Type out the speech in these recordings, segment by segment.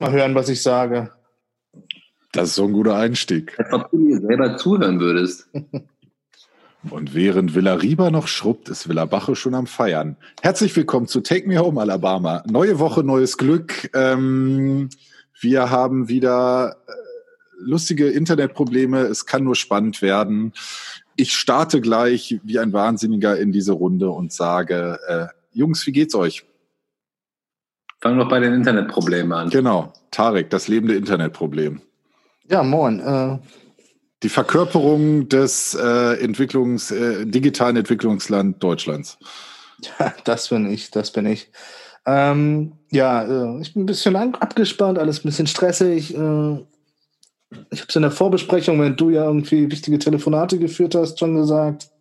Mal hören, was ich sage. Das ist so ein guter Einstieg. Als ob du mir selber zuhören würdest. Und während Villa Riba noch schrubbt, ist Villa Bache schon am Feiern. Herzlich willkommen zu Take Me Home Alabama. Neue Woche, neues Glück. Wir haben wieder lustige Internetprobleme. Es kann nur spannend werden. Ich starte gleich wie ein Wahnsinniger in diese Runde und sage, Jungs, wie geht's euch? Fangen wir bei den Internetproblemen an. Genau, Tarek, das lebende Internetproblem. Ja, moin. Die Verkörperung des digitalen Entwicklungsland Deutschlands. Ja, das bin ich. Ich bin ein bisschen abgespannt, alles ein bisschen stressig. Ich habe es in der Vorbesprechung, wenn du ja irgendwie wichtige Telefonate geführt hast, schon gesagt,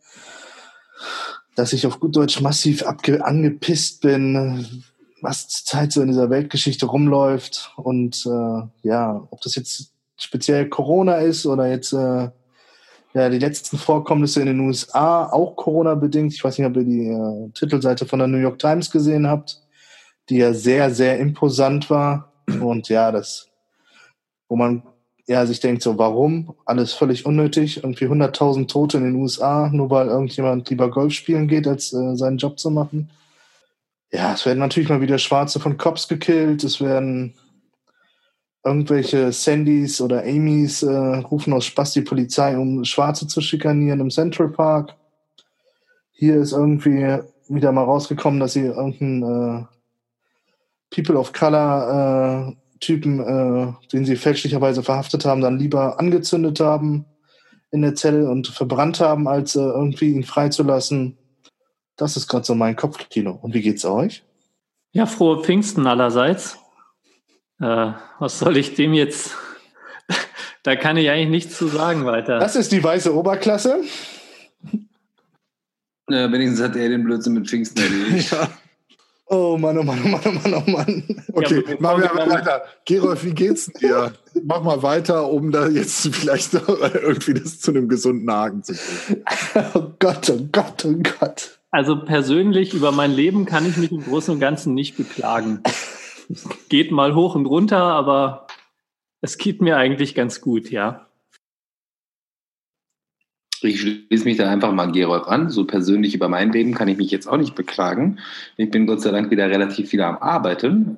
dass ich auf gut Deutsch massiv angepisst bin, was zurzeit so in dieser Weltgeschichte rumläuft. Und ob das jetzt speziell Corona ist oder jetzt die letzten Vorkommnisse in den USA, auch Corona-bedingt. Ich weiß nicht, ob ihr die Titelseite von der New York Times gesehen habt, die ja sehr, sehr imposant war. Und ja, wo man sich denkt, so warum? Alles völlig unnötig. Irgendwie 100.000 Tote in den USA, nur weil irgendjemand lieber Golf spielen geht, als seinen Job zu machen. Ja, es werden natürlich mal wieder Schwarze von Cops gekillt. Es werden irgendwelche Sandys oder Amys rufen aus Spaß die Polizei, um Schwarze zu schikanieren im Central Park. Hier ist irgendwie wieder mal rausgekommen, dass sie irgendeinen People of Color Typen, den sie fälschlicherweise verhaftet haben, dann lieber angezündet haben in der Zelle und verbrannt haben, als irgendwie ihn freizulassen. Das ist gerade so mein Kopfkino. Und wie geht's euch? Ja, frohe Pfingsten allerseits. Was soll ich dem jetzt? Da kann ich eigentlich nichts zu sagen weiter. Das ist die weiße Oberklasse. Ja, wenigstens hat er den Blödsinn mit Pfingsten erledigt. Ja. Oh Mann. Okay, ja, machen wir aber weiter. Gerolf, wie geht's dir? Mach mal weiter, um da jetzt vielleicht irgendwie das zu einem gesunden Haken zu kriegen. Oh Gott. Also persönlich über mein Leben kann ich mich im Großen und Ganzen nicht beklagen. Es geht mal hoch und runter, aber es geht mir eigentlich ganz gut, ja. Ich schließe mich da einfach mal Gerolf an. So persönlich über mein Leben kann ich mich jetzt auch nicht beklagen. Ich bin Gott sei Dank wieder relativ viel am Arbeiten.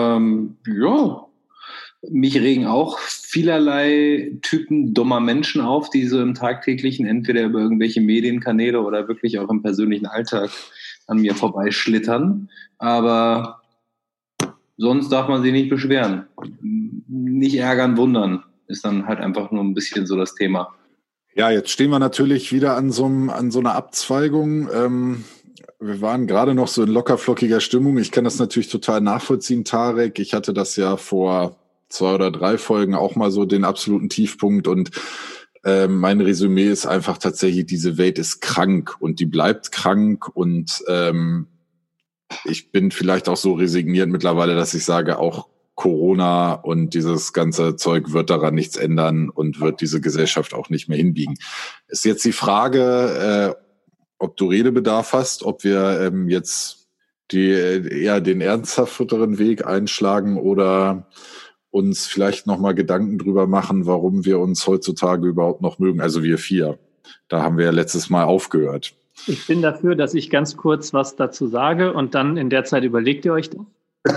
Mich regen auch vielerlei Typen dummer Menschen auf, die so im Tagtäglichen entweder über irgendwelche Medienkanäle oder wirklich auch im persönlichen Alltag an mir vorbeischlittern. Aber sonst darf man sich nicht beschweren. Nicht ärgern, wundern ist dann halt einfach nur ein bisschen so das Thema. Ja, jetzt stehen wir natürlich wieder an so einer Abzweigung. Wir waren gerade noch so in lockerflockiger Stimmung. Ich kann das natürlich total nachvollziehen, Tarek. Ich hatte das ja vor 2 oder 3 Folgen auch mal so den absoluten Tiefpunkt. Und mein Resümee ist einfach tatsächlich, diese Welt ist krank und die bleibt krank. Und ich bin vielleicht auch so resigniert mittlerweile, dass ich sage, auch Corona und dieses ganze Zeug wird daran nichts ändern und wird diese Gesellschaft auch nicht mehr hinbiegen. Ist jetzt die Frage, ob du Redebedarf hast, ob wir jetzt eher den ernsthafteren Weg einschlagen oder uns vielleicht nochmal Gedanken drüber machen, warum wir uns heutzutage überhaupt noch mögen. Also wir 4. Da haben wir ja letztes Mal aufgehört. Ich bin dafür, dass ich ganz kurz was dazu sage und dann in der Zeit überlegt ihr euch das.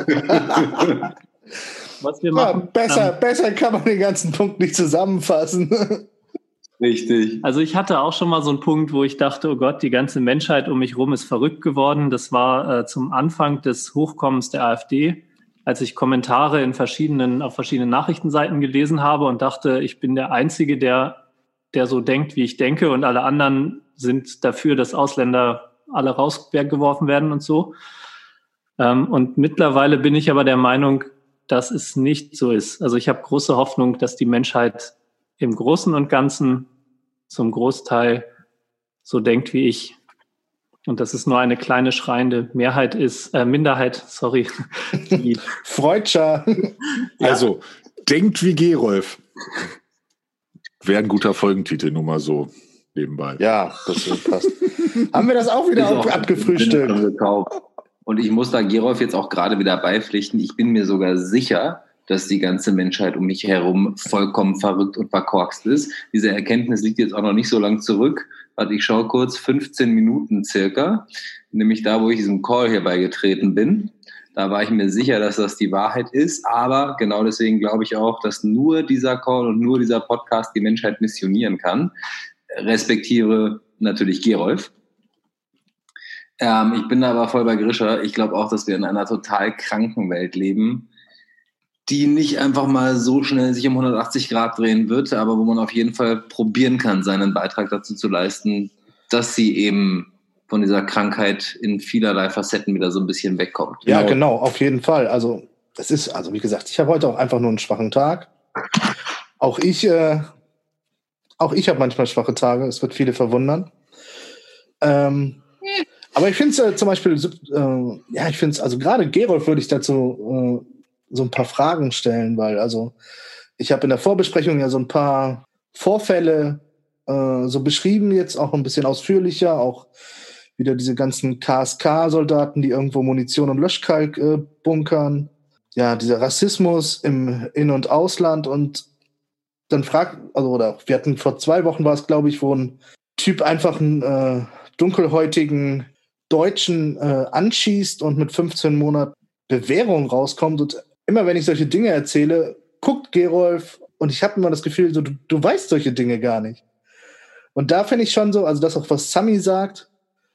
Was wir machen. Ja, besser kann man den ganzen Punkt nicht zusammenfassen. Richtig. Also ich hatte auch schon mal so einen Punkt, wo ich dachte, oh Gott, die ganze Menschheit um mich rum ist verrückt geworden. Das war zum Anfang des Hochkommens der AfD, als ich Kommentare auf verschiedenen Nachrichtenseiten gelesen habe und dachte, ich bin der Einzige, der so denkt, wie ich denke, und alle anderen sind dafür, dass Ausländer alle rausgeworfen werden und so. Und mittlerweile bin ich aber der Meinung, dass es nicht so ist. Also ich habe große Hoffnung, dass die Menschheit im Großen und Ganzen zum Großteil so denkt wie ich. Und dass es nur eine kleine schreiende Minderheit, sorry. Freudscher. Also, denkt wie Gerolf. Wäre ein guter Folgentitel, nur mal so nebenbei. Ja, das passt. Haben wir das auch wieder abgefrühstückt? Und ich muss da Gerolf jetzt auch gerade wieder beipflichten. Ich bin mir sogar sicher, dass die ganze Menschheit um mich herum vollkommen verrückt und verkorkst ist. Diese Erkenntnis liegt jetzt auch noch nicht so lang zurück. Warte, ich schaue kurz, 15 Minuten circa, nämlich da, wo ich diesem Call hier beigetreten bin. Da war ich mir sicher, dass das die Wahrheit ist, aber genau deswegen glaube ich auch, dass nur dieser Call und nur dieser Podcast die Menschheit missionieren kann, respektive natürlich Gerolf. Ich bin da aber voll bei Grisha. Ich glaube auch, dass wir in einer total kranken Welt leben, die nicht einfach mal so schnell sich um 180 Grad drehen wird, aber wo man auf jeden Fall probieren kann, seinen Beitrag dazu zu leisten, dass sie eben von dieser Krankheit in vielerlei Facetten wieder so ein bisschen wegkommt. Ja, genau, auf jeden Fall. Also es ist, also wie gesagt, ich habe heute auch einfach nur einen schwachen Tag. Auch ich habe manchmal schwache Tage. Es wird viele verwundern. Aber ich finde es zum Beispiel, ich finde es, also gerade Gerolf würde ich dazu so ein paar Fragen stellen, weil also ich habe in der Vorbesprechung ja so ein paar Vorfälle so beschrieben, jetzt auch ein bisschen ausführlicher, auch wieder diese ganzen KSK-Soldaten, die irgendwo Munition und Löschkalk bunkern. Ja, dieser Rassismus im In- und Ausland. Und dann wir hatten vor 2 Wochen war es, glaube ich, wo ein Typ einfach einen dunkelhäutigen Deutschen anschießt und mit 15 Monaten Bewährung rauskommt. Und immer wenn ich solche Dinge erzähle, guckt Gerolf und ich habe immer das Gefühl, so, du weißt solche Dinge gar nicht. Und da finde ich schon so, also das auch, was Sami sagt,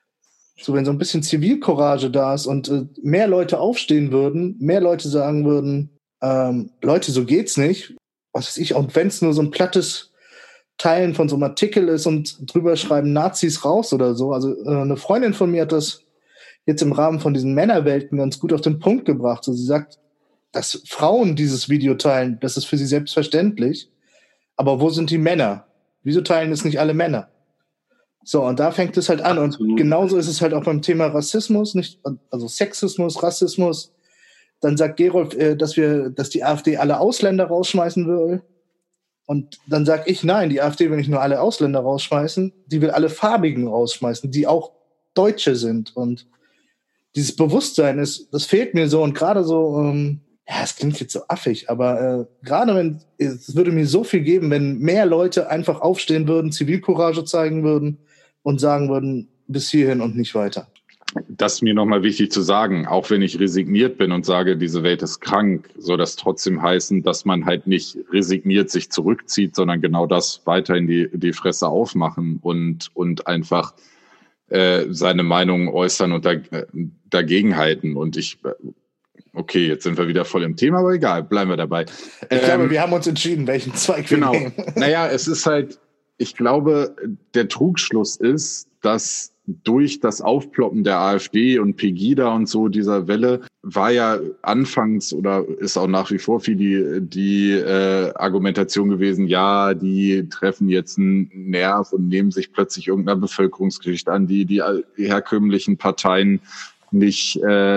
so wenn so ein bisschen Zivilcourage da ist und mehr Leute aufstehen würden, mehr Leute sagen würden, Leute, so geht's nicht, was weiß ich, und wenn es nur so ein plattes Teilen von so einem Artikel ist und drüber schreiben Nazis raus oder so. Also eine Freundin von mir hat das jetzt im Rahmen von diesen Männerwelten ganz gut auf den Punkt gebracht. So, sie sagt, dass Frauen dieses Video teilen, das ist für sie selbstverständlich. Aber wo sind die Männer? Wieso teilen es nicht alle Männer? So, und da fängt es halt an. Absolut. Und genauso ist es halt auch beim Thema Rassismus, also Sexismus, Rassismus. Dann sagt Gerolf, dass die AfD alle Ausländer rausschmeißen will. Und dann sag ich, nein, die AfD will nicht nur alle Ausländer rausschmeißen, die will alle Farbigen rausschmeißen, die auch Deutsche sind. Und dieses Bewusstsein das fehlt mir so. Und gerade so, es klingt jetzt so affig, aber gerade es würde mir so viel geben, wenn mehr Leute einfach aufstehen würden, Zivilcourage zeigen würden und sagen würden, bis hierhin und nicht weiter. Das ist mir nochmal wichtig zu sagen, auch wenn ich resigniert bin und sage, diese Welt ist krank, soll das trotzdem heißen, dass man halt nicht resigniert sich zurückzieht, sondern genau das weiter in die Fresse aufmachen und einfach seine Meinung äußern und dagegenhalten. Und okay, jetzt sind wir wieder voll im Thema, aber egal, bleiben wir dabei. Ich glaube, wir haben uns entschieden, welchen Zweig wir nehmen. Naja, es ist halt, ich glaube, der Trugschluss ist, dass durch das Aufploppen der AfD und Pegida und so dieser Welle war ja anfangs oder ist auch nach wie vor viel die Argumentation gewesen, ja, die treffen jetzt einen Nerv und nehmen sich plötzlich irgendeiner Bevölkerungsschicht an, die herkömmlichen Parteien nicht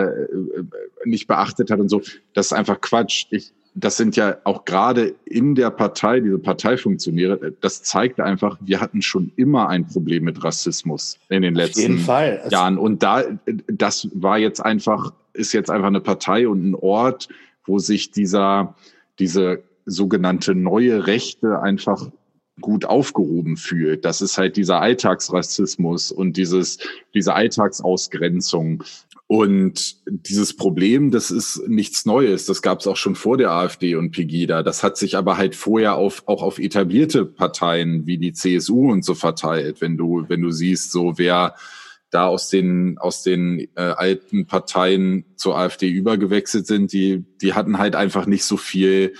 beachtet hat und so. Das ist einfach Quatsch. Das sind ja auch gerade in der Partei, diese Parteifunktionäre, das zeigt einfach, wir hatten schon immer ein Problem mit Rassismus in den letzten Jahren. Und das war ist jetzt einfach eine Partei und ein Ort, wo sich diese sogenannte neue Rechte einfach gut aufgehoben fühlt. Das ist halt dieser Alltagsrassismus und diese Alltagsausgrenzung. Und dieses Problem, das ist nichts Neues. Das gab es auch schon vor der AfD und Pegida. Das hat sich aber halt vorher auch auf etablierte Parteien wie die CSU und so verteilt. Wenn du siehst, so wer da aus den alten Parteien zur AfD übergewechselt sind, die hatten halt einfach nicht so viel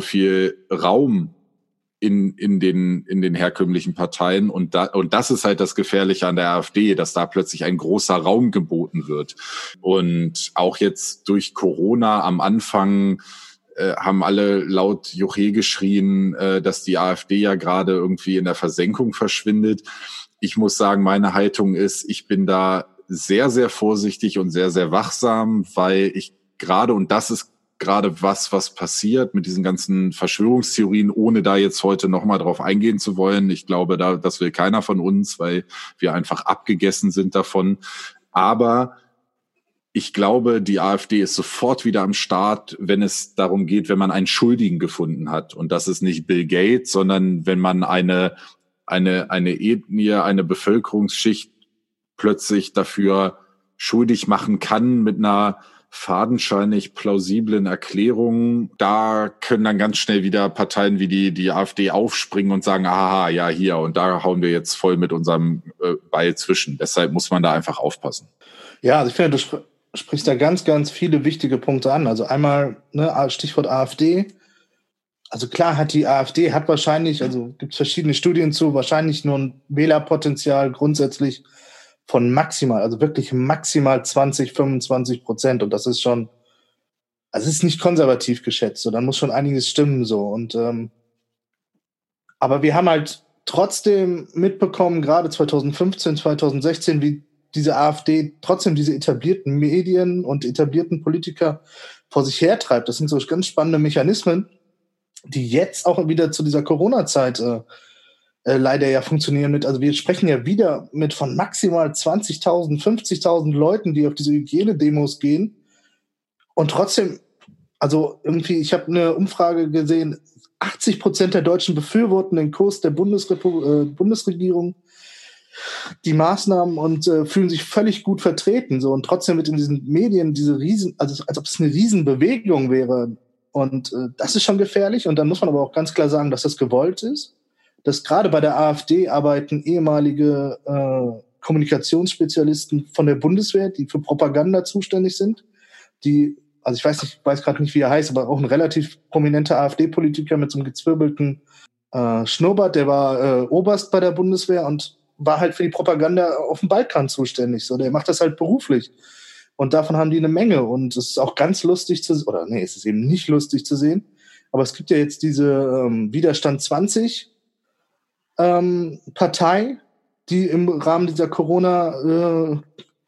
Raum in den herkömmlichen Parteien und das ist halt das Gefährliche an der AfD, dass da plötzlich ein großer Raum geboten wird. Und auch jetzt durch Corona am Anfang haben alle laut Juche geschrien, dass die AfD ja gerade irgendwie in der Versenkung verschwindet. Ich muss sagen, meine Haltung ist, ich bin da sehr, sehr vorsichtig und sehr, sehr wachsam, weil ich gerade, und das ist gerade was passiert mit diesen ganzen Verschwörungstheorien, ohne da jetzt heute nochmal drauf eingehen zu wollen. Ich glaube, das will keiner von uns, weil wir einfach abgegessen sind davon. Aber ich glaube, die AfD ist sofort wieder am Start, wenn es darum geht, wenn man einen Schuldigen gefunden hat. Und das ist nicht Bill Gates, sondern wenn man eine Ethnie, eine Bevölkerungsschicht plötzlich dafür schuldig machen kann mit einer fadenscheinig plausiblen Erklärung. Da können dann ganz schnell wieder Parteien wie die AfD aufspringen und sagen, aha, ja, hier, und da hauen wir jetzt voll mit unserem Beil zwischen. Deshalb muss man da einfach aufpassen. Ja, also ich finde, du sprichst da ganz, ganz viele wichtige Punkte an. Also einmal, Stichwort AfD. Also klar hat die AfD wahrscheinlich, also gibt es verschiedene Studien zu, wahrscheinlich nur ein Wählerpotenzial grundsätzlich von maximal, also wirklich maximal 20-25%. Und das ist schon, also es ist nicht konservativ geschätzt. So, dann muss schon einiges stimmen. So. Und aber wir haben halt trotzdem mitbekommen, gerade 2015, 2016, wie diese AfD trotzdem diese etablierten Medien und etablierten Politiker vor sich hertreibt. Das sind so ganz spannende Mechanismen, die jetzt auch wieder zu dieser Corona-Zeit leider ja funktionieren mit. Also wir sprechen ja wieder mit von maximal 20.000, 50.000 Leuten, die auf diese Hygienedemos gehen. Und trotzdem, also irgendwie, ich habe eine Umfrage gesehen, 80% der Deutschen befürworten den Kurs der Bundesregierung, die Maßnahmen und fühlen sich völlig gut vertreten. So. Und trotzdem wird in diesen Medien diese also als ob es eine Riesenbewegung wäre. Und das ist schon gefährlich. Und dann muss man aber auch ganz klar sagen, dass das gewollt ist. Dass gerade bei der AfD arbeiten ehemalige Kommunikationsspezialisten von der Bundeswehr, die für Propaganda zuständig sind. Also ich weiß gerade nicht, wie er heißt, aber auch ein relativ prominenter AfD-Politiker mit so einem gezwirbelten Schnurrbart, der war Oberst bei der Bundeswehr und war halt für die Propaganda auf dem Balkan zuständig. So, der macht das halt beruflich. Und davon haben die eine Menge. Und es ist auch ganz lustig es ist eben nicht lustig zu sehen. Aber es gibt ja jetzt diese Widerstand 20 Partei, die im Rahmen dieser Corona,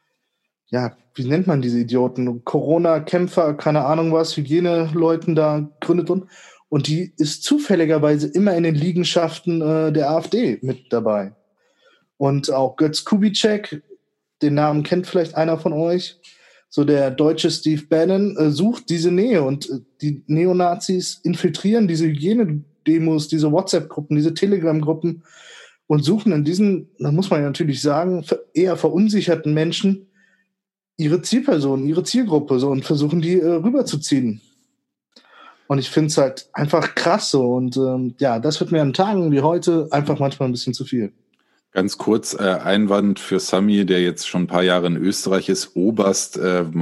wie nennt man diese Idioten? Corona-Kämpfer, keine Ahnung was, Hygieneleuten da gründet und die ist zufälligerweise immer in den Liegenschaften der AfD mit dabei. Und auch Götz Kubitschek, den Namen kennt vielleicht einer von euch, so der deutsche Steve Bannon, sucht diese Nähe und die Neonazis infiltrieren diese Hygienedemos, diese WhatsApp-Gruppen, diese Telegram-Gruppen und suchen in diesen, da muss man ja natürlich sagen, eher verunsicherten Menschen ihre Zielperson, ihre Zielgruppe so und versuchen die rüberzuziehen. Und ich finde es halt einfach krass so und das wird mir an Tagen wie heute einfach manchmal ein bisschen zu viel. Ganz kurz, Einwand für Sami, der jetzt schon ein paar Jahre in Österreich ist. Oberst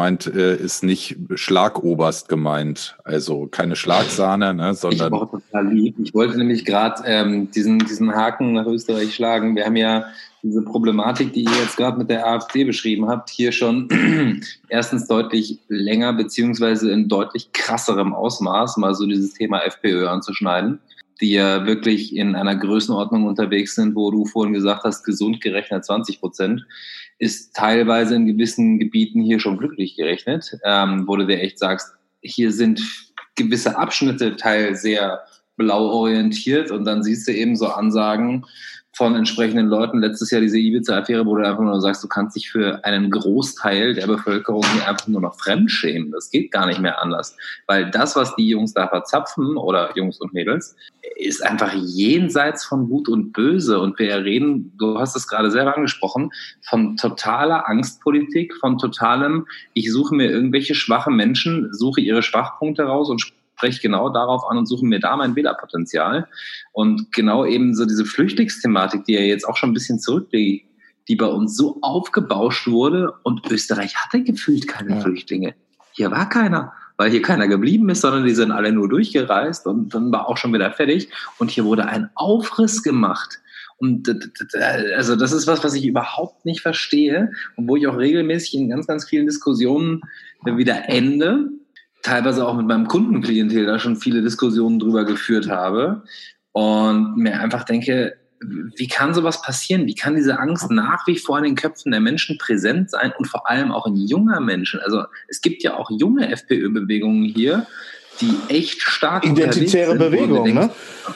ist nicht Schlagoberst gemeint. Also keine Schlagsahne, ne, sondern... Ich war total lieb. Ich wollte nämlich gerade diesen Haken nach Österreich schlagen. Wir haben ja diese Problematik, die ihr jetzt gerade mit der AfD beschrieben habt, hier schon erstens deutlich länger beziehungsweise in deutlich krasserem Ausmaß mal so dieses Thema FPÖ anzuschneiden, die ja wirklich in einer Größenordnung unterwegs sind, wo du vorhin gesagt hast, gesund gerechnet 20%, ist teilweise in gewissen Gebieten hier schon glücklich gerechnet, wo du dir echt sagst, hier sind gewisse Abschnitte teils sehr blau orientiert und dann siehst du eben so Ansagen von entsprechenden Leuten. Letztes Jahr diese Ibiza-Affäre, wo du einfach nur sagst, du kannst dich für einen Großteil der Bevölkerung hier einfach nur noch fremdschämen. Das geht gar nicht mehr anders. Weil das, was die Jungs da verzapfen, oder Jungs und Mädels, ist einfach jenseits von Gut und Böse. Und wir reden, du hast es gerade selber angesprochen, von totaler Angstpolitik, von totalem, ich suche mir irgendwelche schwache Menschen, suche ihre Schwachpunkte raus und spreche genau darauf an und suche mir da mein Wählerpotenzial. Und genau eben so diese Flüchtlingsthematik, die ja jetzt auch schon ein bisschen zurückliegt, die bei uns so aufgebauscht wurde und Österreich hatte gefühlt keine Flüchtlinge. Hier war keiner, weil hier keiner geblieben ist, sondern die sind alle nur durchgereist und dann war auch schon wieder fertig und hier wurde ein Aufriss gemacht. Und also das ist was ich überhaupt nicht verstehe und wo ich auch regelmäßig in ganz, ganz vielen Diskussionen wieder ende, teilweise auch mit meinem Kundenklientel da schon viele Diskussionen drüber geführt habe und mir einfach denke, wie kann sowas passieren? Wie kann diese Angst nach wie vor in den Köpfen der Menschen präsent sein und vor allem auch in junger Menschen? Also es gibt ja auch junge FPÖ-Bewegungen hier, die echt stark identitäre Bewegung, ne?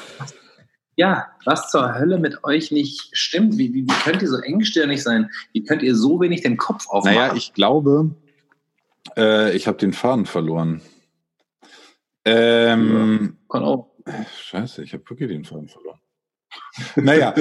Ja, was zur Hölle mit euch nicht stimmt? Wie könnt ihr so engstirnig sein? Wie könnt ihr so wenig den Kopf aufmachen? Naja, ich glaube, Ich habe den Faden verloren. Kann auch. Scheiße, ich habe wirklich den Faden verloren. Naja.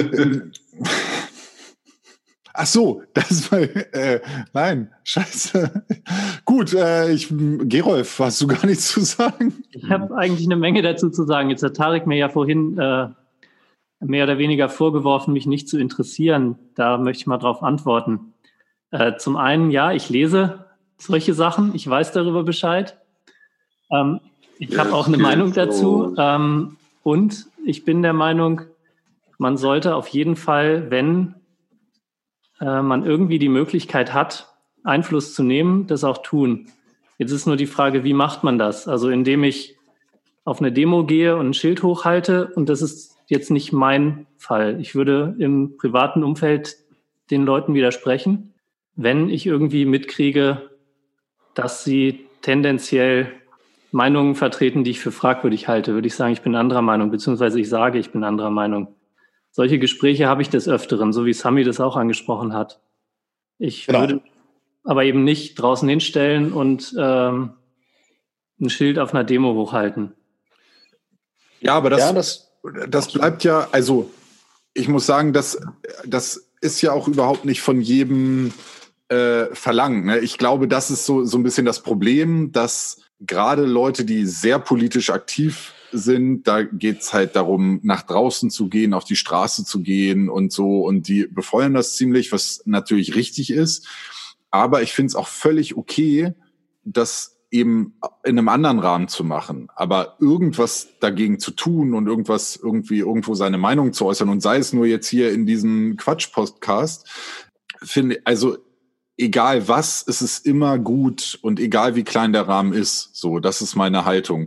Ach so, das war, nein, scheiße. Gut, Gerolf, hast du gar nichts zu sagen? Ich habe eigentlich eine Menge dazu zu sagen. Jetzt hat Tarek mir ja vorhin mehr oder weniger vorgeworfen, mich nicht zu interessieren. Da möchte ich mal drauf antworten. Zum einen, ja, ich lese solche Sachen, ich weiß darüber Bescheid. Ich habe auch eine Meinung dazu. Und ich bin der Meinung, man sollte auf jeden Fall, wenn man irgendwie die Möglichkeit hat, Einfluss zu nehmen, das auch tun. Jetzt ist nur die Frage, wie macht man das? Also indem ich auf eine Demo gehe und ein Schild hochhalte, und das ist jetzt nicht mein Fall. Ich würde im privaten Umfeld den Leuten widersprechen, wenn ich irgendwie mitkriege, dass sie tendenziell Meinungen vertreten, die ich für fragwürdig halte, würde ich sagen, ich bin anderer Meinung, beziehungsweise ich sage, ich bin anderer Meinung. Solche Gespräche habe ich des Öfteren, so wie Sami das auch angesprochen hat. Ich würde aber eben nicht draußen hinstellen und ein Schild auf einer Demo hochhalten. Ja, aber das bleibt ja, also ich muss sagen, das ist ja auch überhaupt nicht von jedem verlangt. Ne? Ich glaube, das ist so ein bisschen das Problem, dass gerade Leute, die sehr politisch aktiv sind, da geht's halt darum, nach draußen zu gehen, auf die Straße zu gehen und so, und die befeuern das ziemlich, was natürlich richtig ist. Aber ich finde es auch völlig okay, das eben in einem anderen Rahmen zu machen. Aber irgendwas dagegen zu tun und irgendwo seine Meinung zu äußern, und sei es nur jetzt hier in diesem Quatsch-Podcast, finde, also egal was, es ist immer gut, und egal wie klein der Rahmen ist. So, das ist meine Haltung.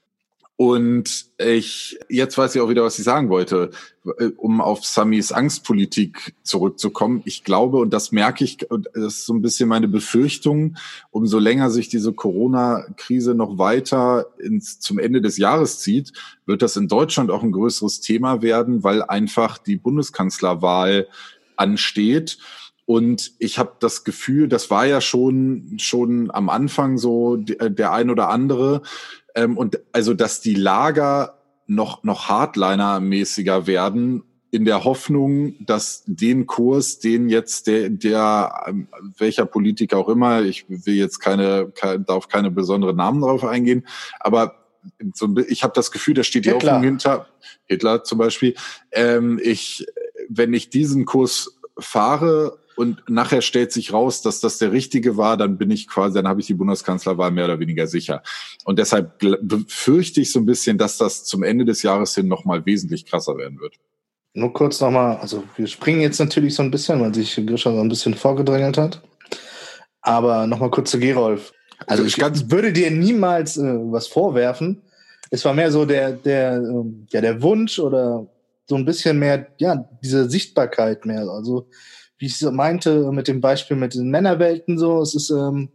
Und jetzt weiß ich auch wieder, was ich sagen wollte, um auf Samis Angstpolitik zurückzukommen. Ich glaube, und das merke ich, das ist so ein bisschen meine Befürchtung, umso länger sich diese Corona-Krise noch weiter zum Ende des Jahres zieht, wird das in Deutschland auch ein größeres Thema werden, weil einfach die Bundeskanzlerwahl ansteht. Und ich habe das Gefühl, das war ja schon am Anfang so der ein oder andere, und also, dass die Lager noch Hardliner-mäßiger werden, in der Hoffnung, dass den Kurs, den jetzt der welcher Politiker auch immer, ich will jetzt darf keine besonderen Namen drauf eingehen, aber ich habe das Gefühl, da steht die Hoffnung hinter, Hitler zum Beispiel, wenn ich diesen Kurs fahre und nachher stellt sich raus, dass das der richtige war, dann habe ich die Bundeskanzlerwahl mehr oder weniger sicher. Und deshalb befürchte ich so ein bisschen, dass das zum Ende des Jahres hin nochmal wesentlich krasser werden wird. Nur kurz nochmal, also wir springen jetzt natürlich so ein bisschen, weil sich Grisha so ein bisschen vorgedrängelt hat. Aber nochmal kurz zu Gerolf. Also ich würde dir niemals was vorwerfen. Es war mehr so der Wunsch oder so ein bisschen mehr, ja, diese Sichtbarkeit mehr. Also wie ich so meinte, mit dem Beispiel mit den Männerwelten so, es ist, ich will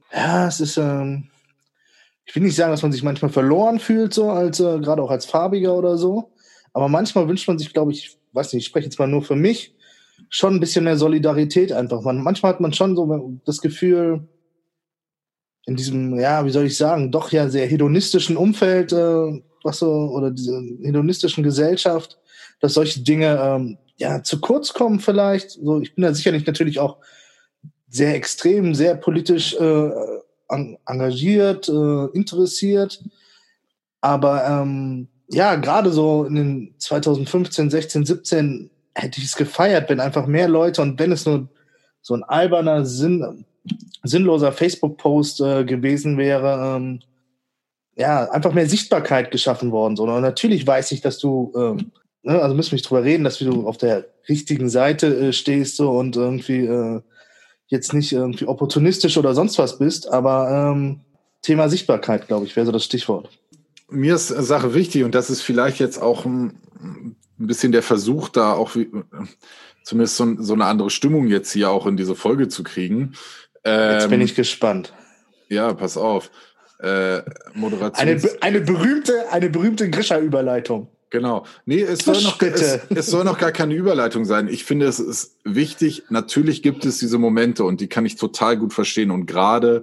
nicht sagen, dass man sich manchmal verloren fühlt, so, als gerade auch als Farbiger oder so. Aber manchmal wünscht man sich, glaube ich weiß nicht, ich spreche jetzt mal nur für mich, schon ein bisschen mehr Solidarität einfach. Manchmal hat man schon so das Gefühl, in diesem, ja, wie soll ich sagen, doch ja sehr hedonistischen Umfeld, oder dieser hedonistischen Gesellschaft, dass solche Dinge zu kurz kommen vielleicht. So, ich bin da sicherlich natürlich auch sehr extrem, sehr politisch engagiert, interessiert. Aber gerade so in den 2015, 16, 17 hätte ich es gefeiert, wenn einfach mehr Leute, und wenn es nur so ein alberner, sinnloser Facebook-Post gewesen wäre, einfach mehr Sichtbarkeit geschaffen worden. So. Und natürlich weiß ich, dass du also müssen wir nicht drüber reden, dass du auf der richtigen Seite stehst so und irgendwie jetzt nicht irgendwie opportunistisch oder sonst was bist, aber Thema Sichtbarkeit, glaube ich, wäre so das Stichwort. Mir ist eine Sache wichtig, und das ist vielleicht jetzt auch ein bisschen der Versuch, da auch zumindest so eine andere Stimmung jetzt hier auch in diese Folge zu kriegen. Jetzt bin ich gespannt. Ja, pass auf. Moderation. Eine berühmte Grisha-Überleitung. Genau. Nee, es soll noch gar keine Überleitung sein. Ich finde, es ist wichtig. Natürlich gibt es diese Momente, und die kann ich total gut verstehen. Und gerade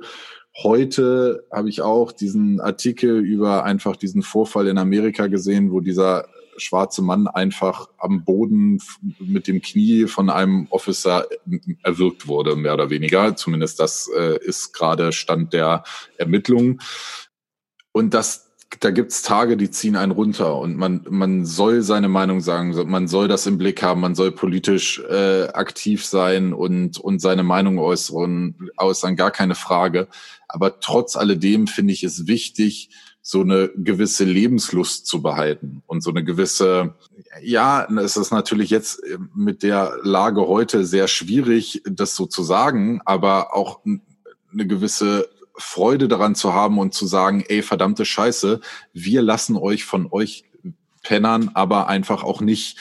heute habe ich auch diesen Artikel über einfach diesen Vorfall in Amerika gesehen, wo dieser schwarze Mann einfach am Boden mit dem Knie von einem Officer erwürgt wurde, mehr oder weniger. Zumindest das ist gerade Stand der Ermittlungen. Und da gibt's Tage, die ziehen einen runter und man soll seine Meinung sagen, man soll das im Blick haben, man soll politisch aktiv sein und seine Meinung äußern, gar keine Frage. Aber trotz alledem finde ich es wichtig, so eine gewisse Lebenslust zu behalten und so eine gewisse, ja, es ist natürlich jetzt mit der Lage heute sehr schwierig, das so zu sagen, aber auch eine gewisse Freude daran zu haben und zu sagen, ey, verdammte Scheiße, wir lassen euch von euch Pennern, aber einfach auch nicht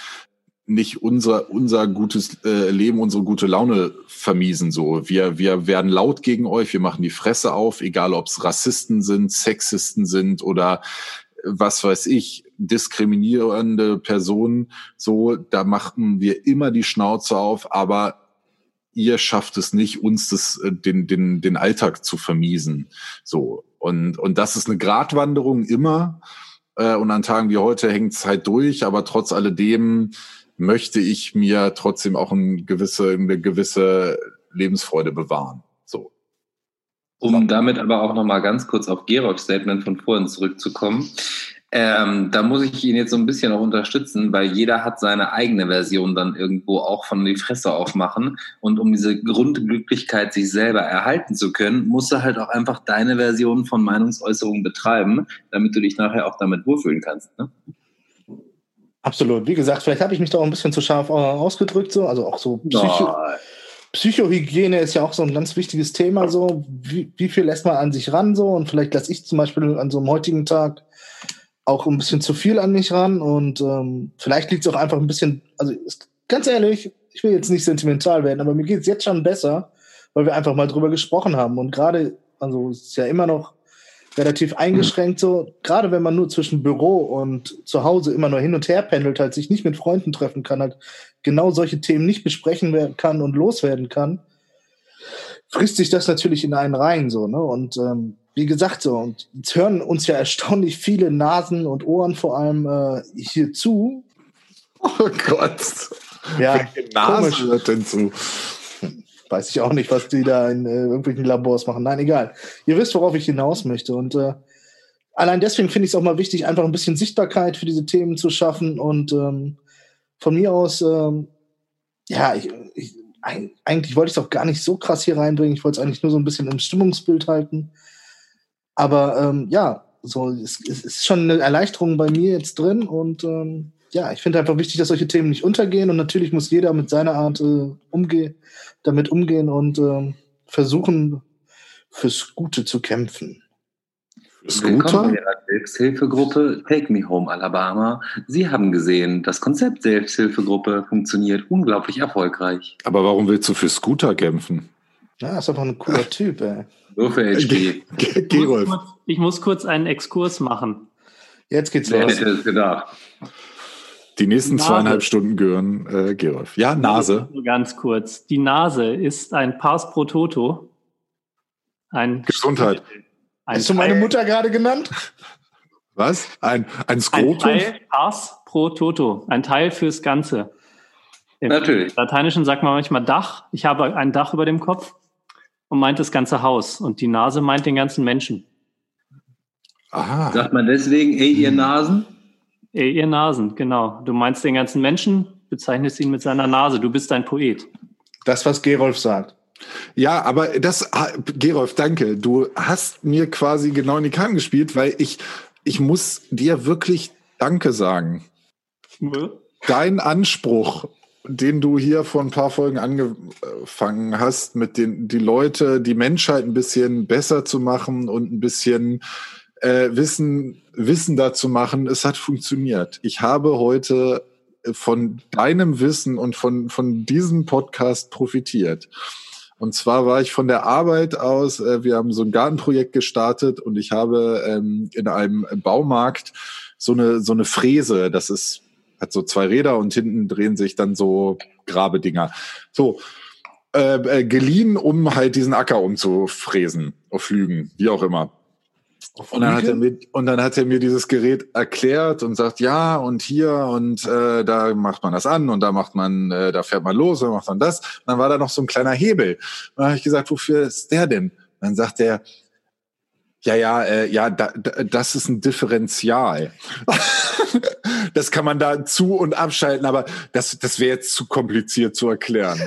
unser gutes Leben, unsere gute Laune vermiesen. So, wir werden laut gegen euch, wir machen die Fresse auf, egal ob es Rassisten sind, Sexisten sind oder was weiß ich, diskriminierende Personen. So, da machen wir immer die Schnauze auf, aber ihr schafft es nicht, uns den Alltag zu vermiesen. So, und das ist eine Gratwanderung immer. Und an Tagen wie heute hängt es halt durch, aber trotz alledem möchte ich mir trotzdem auch eine gewisse Lebensfreude bewahren. So. Um damit aber auch nochmal ganz kurz auf Gerolfs Statement von vorhin zurückzukommen. Da muss ich ihn jetzt so ein bisschen auch unterstützen, weil jeder hat seine eigene Version dann irgendwo auch von die Fresse aufmachen. Und um diese Grundglücklichkeit sich selber erhalten zu können, musst du halt auch einfach deine Version von Meinungsäußerung betreiben, damit du dich nachher auch damit wohlfühlen kannst. Ne? Absolut. Wie gesagt, vielleicht habe ich mich da auch ein bisschen zu scharf ausgedrückt, so. Also auch so Psychohygiene ist ja auch so ein ganz wichtiges Thema, so. Wie viel lässt man an sich ran, so? Und vielleicht lasse ich zum Beispiel an so einem heutigen Tag auch ein bisschen zu viel an mich ran und vielleicht liegt es auch einfach ein bisschen, also ganz ehrlich, ich will jetzt nicht sentimental werden, aber mir geht es jetzt schon besser, weil wir einfach mal drüber gesprochen haben und gerade, also es ist ja immer noch relativ eingeschränkt so, gerade wenn man nur zwischen Büro und zu Hause immer nur hin und her pendelt, halt sich nicht mit Freunden treffen kann, halt genau solche Themen nicht besprechen werden kann und loswerden kann, frisst sich das natürlich in einen rein, so, ne, und wie gesagt, so, und jetzt hören uns ja erstaunlich viele Nasen und Ohren vor allem hier zu. Oh Gott. Ja, welche Nase hört denn zu? Weiß ich auch nicht, was die da in irgendwelchen Labors machen. Nein, egal. Ihr wisst, worauf ich hinaus möchte. Und allein deswegen finde ich es auch mal wichtig, einfach ein bisschen Sichtbarkeit für diese Themen zu schaffen. Und von mir aus, eigentlich wollte ich es auch gar nicht so krass hier reinbringen. Ich wollte es eigentlich nur so ein bisschen im Stimmungsbild halten. Aber so es ist schon eine Erleichterung bei mir jetzt drin. Und ich finde einfach wichtig, dass solche Themen nicht untergehen. Und natürlich muss jeder mit seiner Art damit umgehen und versuchen, fürs Gute zu kämpfen. Willkommen in Ihrer Selbsthilfegruppe Take Me Home Alabama. Sie haben gesehen, das Konzept Selbsthilfegruppe funktioniert unglaublich erfolgreich. Aber warum willst du für Scooter kämpfen? Ja, ist einfach ein cooler Typ, ey. Nur für HP. Gerolf. Ich muss kurz einen Exkurs machen. Jetzt geht's Wer los. hätte es gedacht? Die nächsten Nase. 2,5 Stunden gehören Gerolf. Ja, Nase. Nur ganz kurz. Die Nase ist ein Pars pro Toto. Gesundheit. Hast du meine Mutter gerade genannt? Was? Ein Ein Skrotum? Teil Pars pro Toto. Ein Teil fürs Ganze. Im Natürlich. Lateinischen sagt man manchmal Dach. Ich habe ein Dach über dem Kopf und meint das ganze Haus. Und die Nase meint den ganzen Menschen. Aha. Sagt man deswegen, ey, ihr Nasen? Ihr Nasen, genau. Du meinst den ganzen Menschen, bezeichnest ihn mit seiner Nase. Du bist ein Poet. Das, was Gerolf sagt. Ja, aber Gerolf, danke. Du hast mir quasi genau in die Karten gespielt, weil ich muss dir wirklich Danke sagen. Dein Anspruch, den du hier vor ein paar Folgen angefangen hast, mit die Menschheit ein bisschen besser zu machen und ein bisschen Wissen dazu machen, es hat funktioniert. Ich habe heute von deinem Wissen und von diesem Podcast profitiert. Und zwar war ich von der Arbeit aus, wir haben so ein Gartenprojekt gestartet und ich habe in einem Baumarkt so eine Fräse, hat so 2 Räder und hinten drehen sich dann so Grabedinger. So. geliehen, um halt diesen Acker umzufräsen, auf Flügen, wie auch immer. Und dann hat er mir dieses Gerät erklärt und sagt, ja, und hier, und da macht man das an und da macht man, da fährt man los und macht man das. Und dann war da noch so ein kleiner Hebel. Und dann habe ich gesagt, wofür ist der denn? Und dann sagt er, das ist ein Differential. Das kann man da zu- und abschalten, aber das wäre jetzt zu kompliziert zu erklären.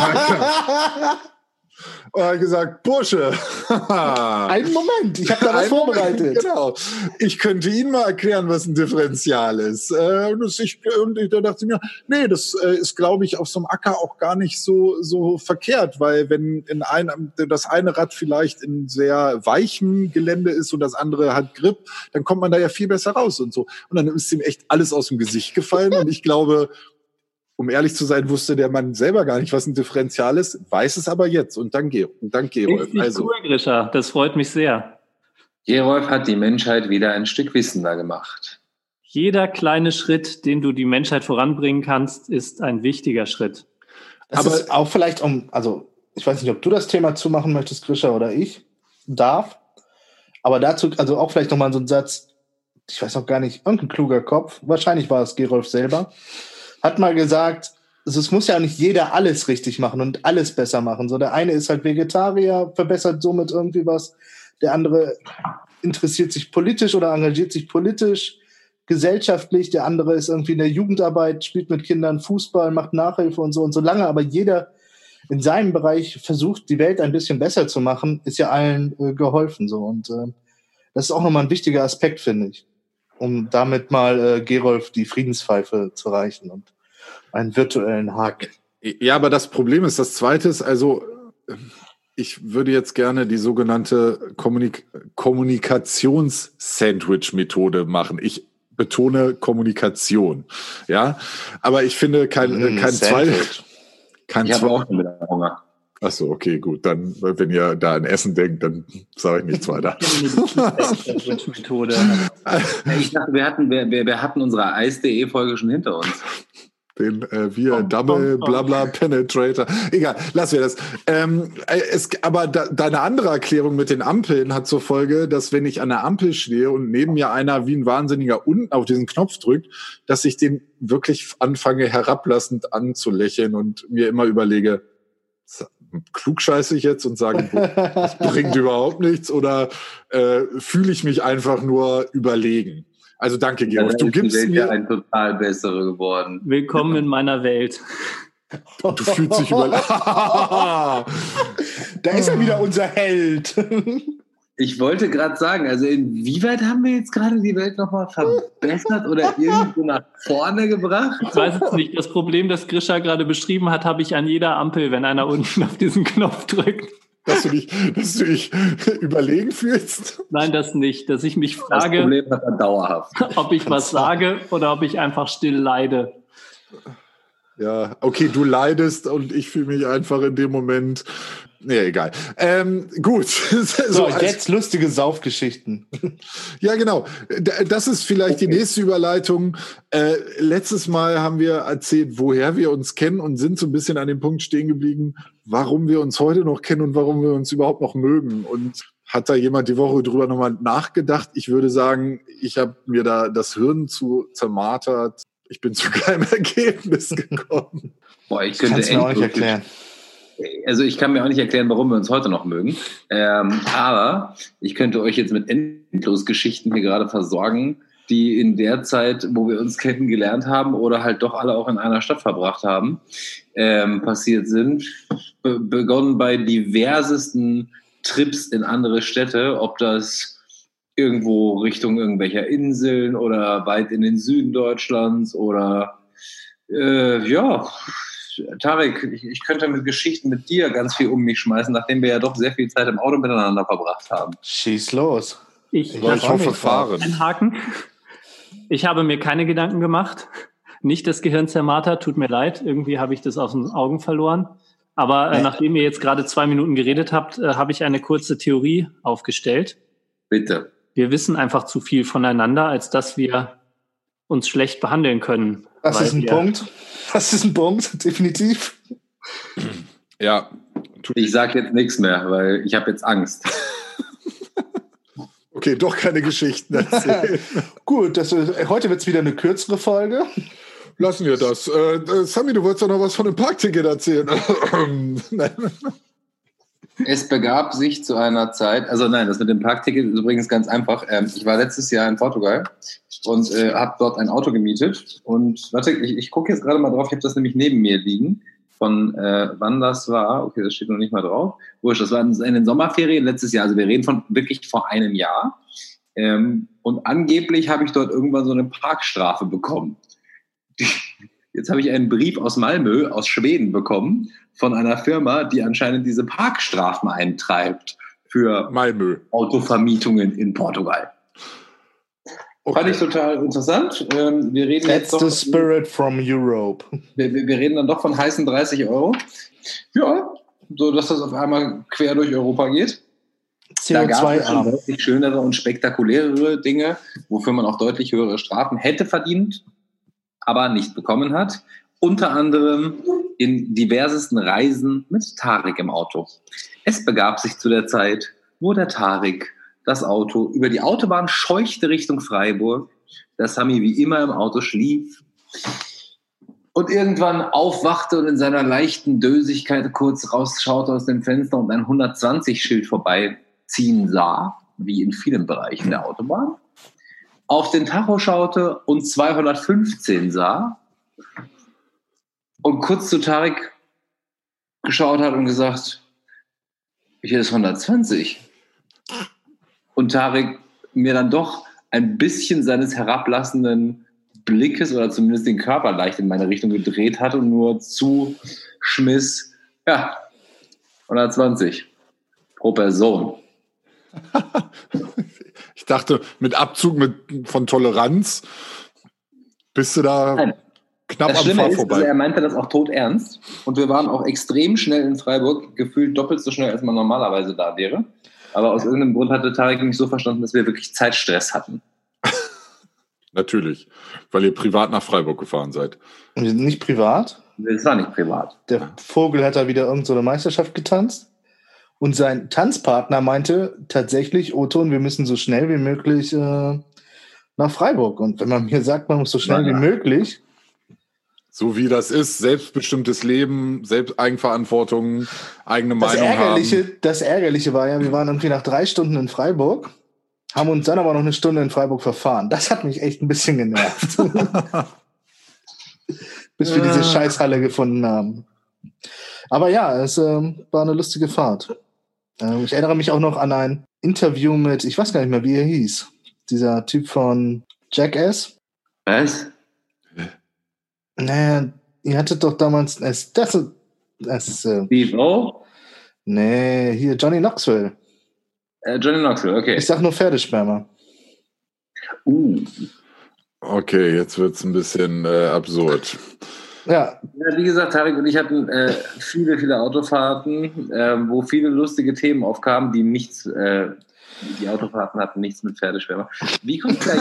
Und er hat gesagt, Bursche. Einen Moment, ich habe da was vorbereitet. Genau. Ich könnte Ihnen mal erklären, was ein Differential ist. Und da dachte ich mir, nee, das ist, glaube ich, auf so einem Acker auch gar nicht so verkehrt, weil wenn das eine Rad vielleicht in sehr weichem Gelände ist und das andere hat Grip, dann kommt man da ja viel besser raus und so. Und dann ist ihm echt alles aus dem Gesicht gefallen und ich glaube, um ehrlich zu sein, wusste der Mann selber gar nicht, was ein Differential ist, weiß es aber jetzt. Und dann Gerolf. Also. Cool, Grisha, das freut mich sehr. Gerolf hat die Menschheit wieder ein Stück wissender gemacht. Jeder kleine Schritt, den du die Menschheit voranbringen kannst, ist ein wichtiger Schritt. Das aber ist auch vielleicht ich weiß nicht, ob du das Thema zumachen möchtest, Grisha, oder ich darf. Aber dazu, also auch vielleicht nochmal so ein Satz, ich weiß noch gar nicht, irgendein kluger Kopf, wahrscheinlich war es Gerolf selber, hat mal gesagt, es muss ja nicht jeder alles richtig machen und alles besser machen. So, der eine ist halt Vegetarier, verbessert somit irgendwie was. Der andere interessiert sich politisch oder engagiert sich politisch, gesellschaftlich. Der andere ist irgendwie in der Jugendarbeit, spielt mit Kindern Fußball, macht Nachhilfe und so. Und solange aber jeder in seinem Bereich versucht, die Welt ein bisschen besser zu machen, ist ja allen geholfen. So. Und das ist auch nochmal ein wichtiger Aspekt, finde ich, um damit mal Gerolf die Friedenspfeife zu reichen und einen virtuellen Haken. Ja, aber das Problem ist, das Zweite ist, also ich würde jetzt gerne die sogenannte Kommunikations-Sandwich-Methode machen. Ich betone Kommunikation, ja, aber ich finde kein Sandwich. Ich habe auch wieder Hunger. Ach so, okay, gut. Dann, wenn ihr da an Essen denkt, dann sage ich nichts weiter. Methode. Ich dachte, wir hatten unsere Eis.de-Folge schon hinter uns. Den Double Blabla Penetrator. Egal, lassen wir das. Aber deine andere Erklärung mit den Ampeln hat zur Folge, dass wenn ich an der Ampel stehe und neben mir einer wie ein Wahnsinniger unten auf diesen Knopf drückt, dass ich den wirklich anfange herablassend anzulächeln und mir immer überlege, klugscheiße ich jetzt und sage, das bringt überhaupt nichts oder fühle ich mich einfach nur überlegen? Also danke, Georg. Du gibst mir ein total bessere geworden. Willkommen in meiner Welt. Du fühlst dich überlegen. Da ist er wieder unser Held. Ich wollte gerade sagen, also inwieweit haben wir jetzt gerade die Welt nochmal verbessert oder irgendwo nach vorne gebracht? Ich weiß es nicht. Das Problem, das Grisha gerade beschrieben hat, habe ich an jeder Ampel, wenn einer unten auf diesen Knopf drückt. Dass du dich überlegen fühlst? Nein, das nicht. Dass ich mich frage, das Problem hat er dauerhaft. Ob ich was sage oder ob ich einfach still leide. Ja, okay, du leidest und ich fühle mich einfach in dem Moment... Nee, egal. Gut. So, jetzt lustige Saufgeschichten. Ja, genau. Das ist vielleicht die nächste Überleitung. Letztes Mal haben wir erzählt, woher wir uns kennen und sind so ein bisschen an dem Punkt stehen geblieben, warum wir uns heute noch kennen und warum wir uns überhaupt noch mögen. Und hat da jemand die Woche drüber nochmal nachgedacht? Ich würde sagen, ich habe mir da das Hirn zu zermartert. Ich bin zu keinem Ergebnis gekommen. Boah, ich könnte mir auch nicht erklären. Also ich kann mir auch nicht erklären, warum wir uns heute noch mögen. Aber ich könnte euch jetzt mit endlos Geschichten hier gerade versorgen, die in der Zeit, wo wir uns kennengelernt haben oder halt doch alle auch in einer Stadt verbracht haben, passiert sind. Begonnen bei diversesten Trips in andere Städte, ob das irgendwo Richtung irgendwelcher Inseln oder weit in den Süden Deutschlands oder Tarek, ich könnte mit Geschichten mit dir ganz viel um mich schmeißen, nachdem wir ja doch sehr viel Zeit im Auto miteinander verbracht haben. Schieß los. Ich hoffe, fahren. Ein Haken. Ich habe mir keine Gedanken gemacht. Nicht das Gehirn zermartert, tut mir leid. Irgendwie habe ich das aus den Augen verloren. Aber nachdem ihr jetzt gerade 2 Minuten geredet habt, habe ich eine kurze Theorie aufgestellt. Bitte. Wir wissen einfach zu viel voneinander, als dass wir uns schlecht behandeln können. Das ist ein Punkt. Das ist ein Punkt, definitiv. Ja. Ich sage jetzt nichts mehr, weil ich habe jetzt Angst. Okay, doch keine Geschichten erzählen. Gut, heute wird es wieder eine kürzere Folge. Lassen wir das. Sami, du wolltest doch noch was von dem Parkticket erzählen. Es begab sich zu einer Zeit, also nein, das mit dem Parkticket ist übrigens ganz einfach. Ich war letztes Jahr in Portugal und habe dort ein Auto gemietet. Und warte, ich gucke jetzt gerade mal drauf, ich habe das nämlich neben mir liegen. Von wann das war, okay, das steht noch nicht mal drauf. Wurscht, das war in den Sommerferien letztes Jahr, also wir reden von wirklich vor einem Jahr. Und angeblich habe ich dort irgendwann so eine Parkstrafe bekommen. Jetzt habe ich einen Brief aus Malmö, aus Schweden bekommen, von einer Firma, die anscheinend diese Parkstrafen eintreibt für Malmö. Autovermietungen in Portugal. Okay. Fand ich total interessant. Wir reden That's the spirit from Europe. Wir reden dann doch von heißen 30 €. Ja, so dass das auf einmal quer durch Europa geht. Da gab es schon deutlich schönere und spektakulärere Dinge, wofür man auch deutlich höhere Strafen hätte verdient, aber nicht bekommen hat. Unter anderem in diversesten Reisen mit Tarek im Auto. Es begab sich zu der Zeit, wo der Tarek das Auto über die Autobahn scheuchte Richtung Freiburg, der Sami wie immer im Auto schlief und irgendwann aufwachte und in seiner leichten Dösigkeit kurz rausschaute aus dem Fenster und ein 120-Schild vorbeiziehen sah, wie in vielen Bereichen der Autobahn, auf den Tacho schaute und 215 sah und kurz zu Tarek geschaut hat und gesagt, hier ist 120. Und Tarek mir dann doch ein bisschen seines herablassenden Blickes oder zumindest den Körper leicht in meine Richtung gedreht hat und nur zuschmiss, ja, 120 pro Person. Ich dachte, mit Abzug von Toleranz bist du da knapp am Fahr vorbei. Also er meinte das auch todernst und wir waren auch extrem schnell in Freiburg, gefühlt doppelt so schnell, als man normalerweise da wäre. Aber aus irgendeinem Grund hatte Tarek mich so verstanden, dass wir wirklich Zeitstress hatten. Natürlich, weil ihr privat nach Freiburg gefahren seid. Wir sind nicht privat? Das war nicht privat. Der Vogel hat da wieder irgendeine Meisterschaft getanzt. Und sein Tanzpartner meinte tatsächlich, Oton, wir müssen so schnell wie möglich nach Freiburg. Und wenn man mir sagt, man muss so schnell wie möglich. So wie das ist, selbstbestimmtes Leben, Eigenverantwortung, eigene Meinung haben. Das Ärgerliche war ja, wir waren irgendwie nach 3 Stunden in Freiburg, haben uns dann aber noch 1 Stunde in Freiburg verfahren. Das hat mich echt ein bisschen genervt. Bis wir diese Scheißhalle gefunden haben. Aber ja, es war eine lustige Fahrt. Ich erinnere mich auch noch an ein Interview mit, ich weiß gar nicht mehr, wie er hieß. Dieser Typ von Jackass. Was? Naja, ihr hattet doch damals Steve O? Nee, hier Johnny Knoxville. Johnny Knoxville, okay. Ich sag nur Pferdesperma. Okay, jetzt wird's ein bisschen absurd. Ja, wie gesagt, Tarek und ich hatten viele, viele Autofahrten, wo viele lustige Themen aufkamen, die nichts... Die Autofahrten hatten nichts mit Pferdesperma. Wie kommt der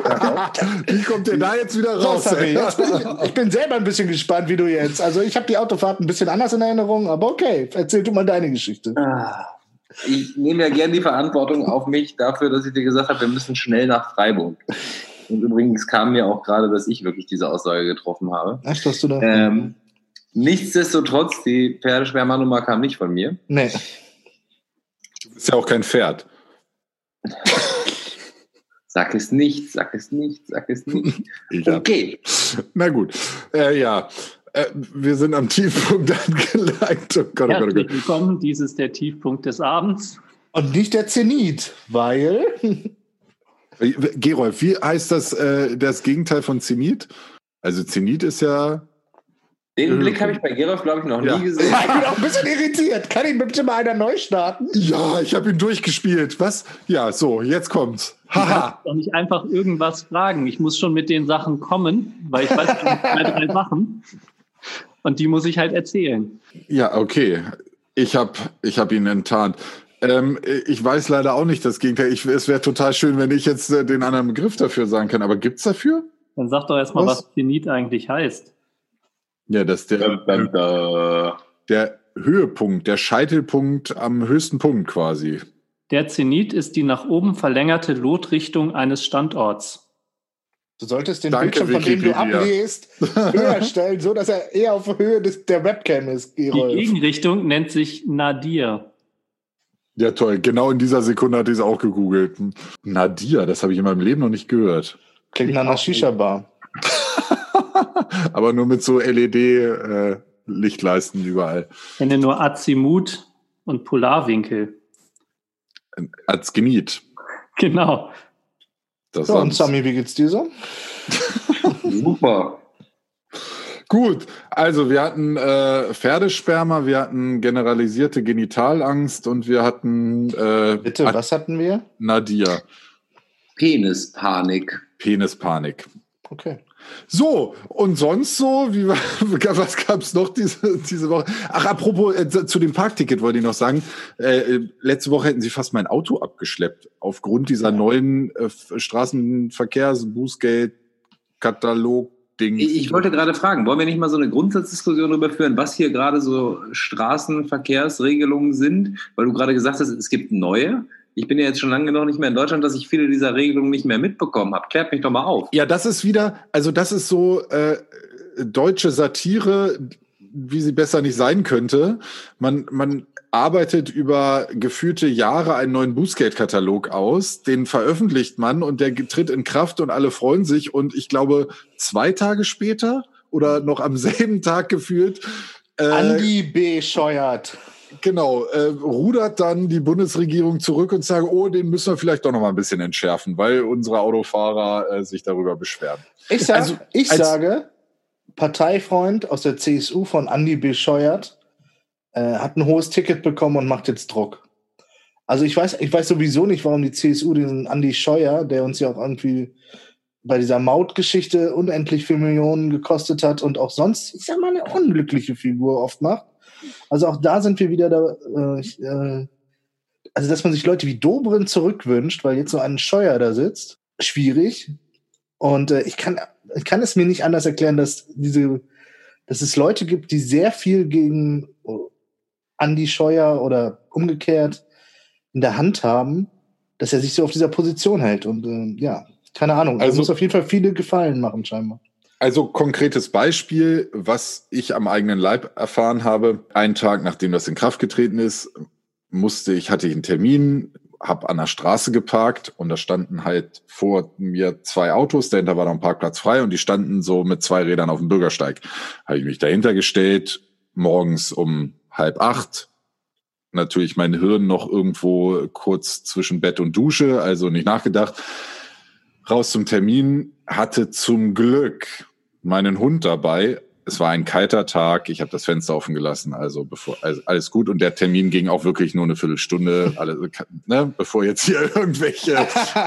da jetzt wieder raus? Ich bin selber ein bisschen gespannt, wie du jetzt. Also ich habe die Autofahrten ein bisschen anders in Erinnerung, aber okay, erzähl du mal deine Geschichte. Ich nehme ja gern die Verantwortung auf mich dafür, dass ich dir gesagt habe, wir müssen schnell nach Freiburg. Und übrigens kam mir auch gerade, dass ich wirklich diese Aussage getroffen habe. Echt, was du da? Nichtsdestotrotz, die Pferdesperma-Nummer kam nicht von mir. Nee. Du bist ja auch kein Pferd. Sag es nicht, sag es nicht, sag es nicht. Okay. Na gut. Wir sind am Tiefpunkt angelangt. Oh Gott, Herzlich willkommen, dies ist der Tiefpunkt des Abends. Und nicht der Zenit, weil... Gerolf, wie heißt das Gegenteil von Zenit? Also Zenit ist ja... Den Blick habe ich bei Gerolf, glaube ich, noch nie gesehen. Ich bin auch ein bisschen irritiert. Kann ihn bitte mal einer neu starten? Ja, ich habe ihn durchgespielt. Was? Ja, so, jetzt kommt's. Haha. Ich kann doch nicht einfach irgendwas fragen. Ich muss schon mit den Sachen kommen, weil ich weiß, was 2, 3 Sachen. Und die muss ich halt erzählen. Ja, okay. Ich hab ihn enttarnt. Ich weiß leider auch nicht das Gegenteil. Es wäre total schön, wenn ich jetzt den anderen Begriff dafür sagen kann. Aber gibt's dafür? Dann sag doch erstmal, was Zenit eigentlich heißt. Ja, das ist der Höhepunkt, der Scheitelpunkt am höchsten Punkt quasi? Der Zenit ist die nach oben verlängerte Lotrichtung eines Standorts. Du solltest den Danke, Bildschirm, von dem du Wikipedia. abliest, höher stellen, so dass er eher auf Höhe der Webcam ist. Die Gegenrichtung nennt sich Nadir. Ja, toll. Genau in dieser Sekunde hatte ich es auch gegoogelt. Nadir, das habe ich in meinem Leben noch nicht gehört. Klingt nach einer Shisha-Bar. Aber nur mit so LED-Lichtleisten überall. Ich kenne nur Azimut und Polarwinkel. Azgenit. Genau. Das So, und Sami, wie geht's dir so? Super. Gut, also wir hatten Pferdesperma, wir hatten generalisierte Genitalangst und wir hatten Bitte, was hatten wir? Nadir. Penispanik. Penispanik. Okay. So, und sonst so, was gab es noch diese Woche? Ach, apropos, zu dem Parkticket wollte ich noch sagen, letzte Woche hätten sie fast mein Auto abgeschleppt, aufgrund dieser neuen Straßenverkehrs-Bußgeld-Katalog-Ding. Ich wollte gerade fragen, wollen wir nicht mal so eine Grundsatzdiskussion darüber führen, was hier gerade so Straßenverkehrsregelungen sind? Weil du gerade gesagt hast, es gibt neue. Ich bin ja jetzt schon lange noch nicht mehr in Deutschland, dass ich viele dieser Regelungen nicht mehr mitbekommen habe. Klärt mich doch mal auf. Ja, das ist wieder, also das ist so deutsche Satire, wie sie besser nicht sein könnte. Man arbeitet über gefühlte Jahre einen neuen Bußgeldkatalog aus, den veröffentlicht man und der tritt in Kraft und alle freuen sich. Und ich glaube, 2 Tage später oder noch am selben Tag gefühlt Andi B. Scheuert. Genau, rudert dann die Bundesregierung zurück und sagt, oh, den müssen wir vielleicht doch noch mal ein bisschen entschärfen, weil unsere Autofahrer sich darüber beschweren. Ich sage, Parteifreund aus der CSU von Andi B. Scheuert hat ein hohes Ticket bekommen und macht jetzt Druck. Also ich weiß sowieso nicht, warum die CSU diesen Andi Scheuer, der uns ja auch irgendwie bei dieser Mautgeschichte unendlich viele Millionen gekostet hat und auch sonst, ich sag mal, eine unglückliche Figur oft macht. Also auch da sind wir wieder da, also dass man sich Leute wie Dobrindt zurückwünscht, weil jetzt so ein Scheuer da sitzt, schwierig. Und ich kann es mir nicht anders erklären, dass es Leute gibt, die sehr viel gegen Andi Scheuer oder umgekehrt in der Hand haben, dass er sich so auf dieser Position hält. Und ja, keine Ahnung. Also muss auf jeden Fall viele Gefallen machen, scheinbar. Also konkretes Beispiel, was ich am eigenen Leib erfahren habe. Einen Tag, nachdem das in Kraft getreten ist, hatte ich einen Termin, habe an der Straße geparkt und da standen halt vor mir 2 Autos, dahinter war noch ein Parkplatz frei und die standen so mit 2 Rädern auf dem Bürgersteig. Habe ich mich dahinter gestellt, morgens um 7:30, natürlich mein Hirn noch irgendwo kurz zwischen Bett und Dusche, also nicht nachgedacht. Raus zum Termin, hatte zum Glück meinen Hund dabei. Es war ein kalter Tag, ich habe das Fenster offen gelassen, also alles gut. Und der Termin ging auch wirklich nur eine Viertelstunde, bevor jetzt hier irgendwelche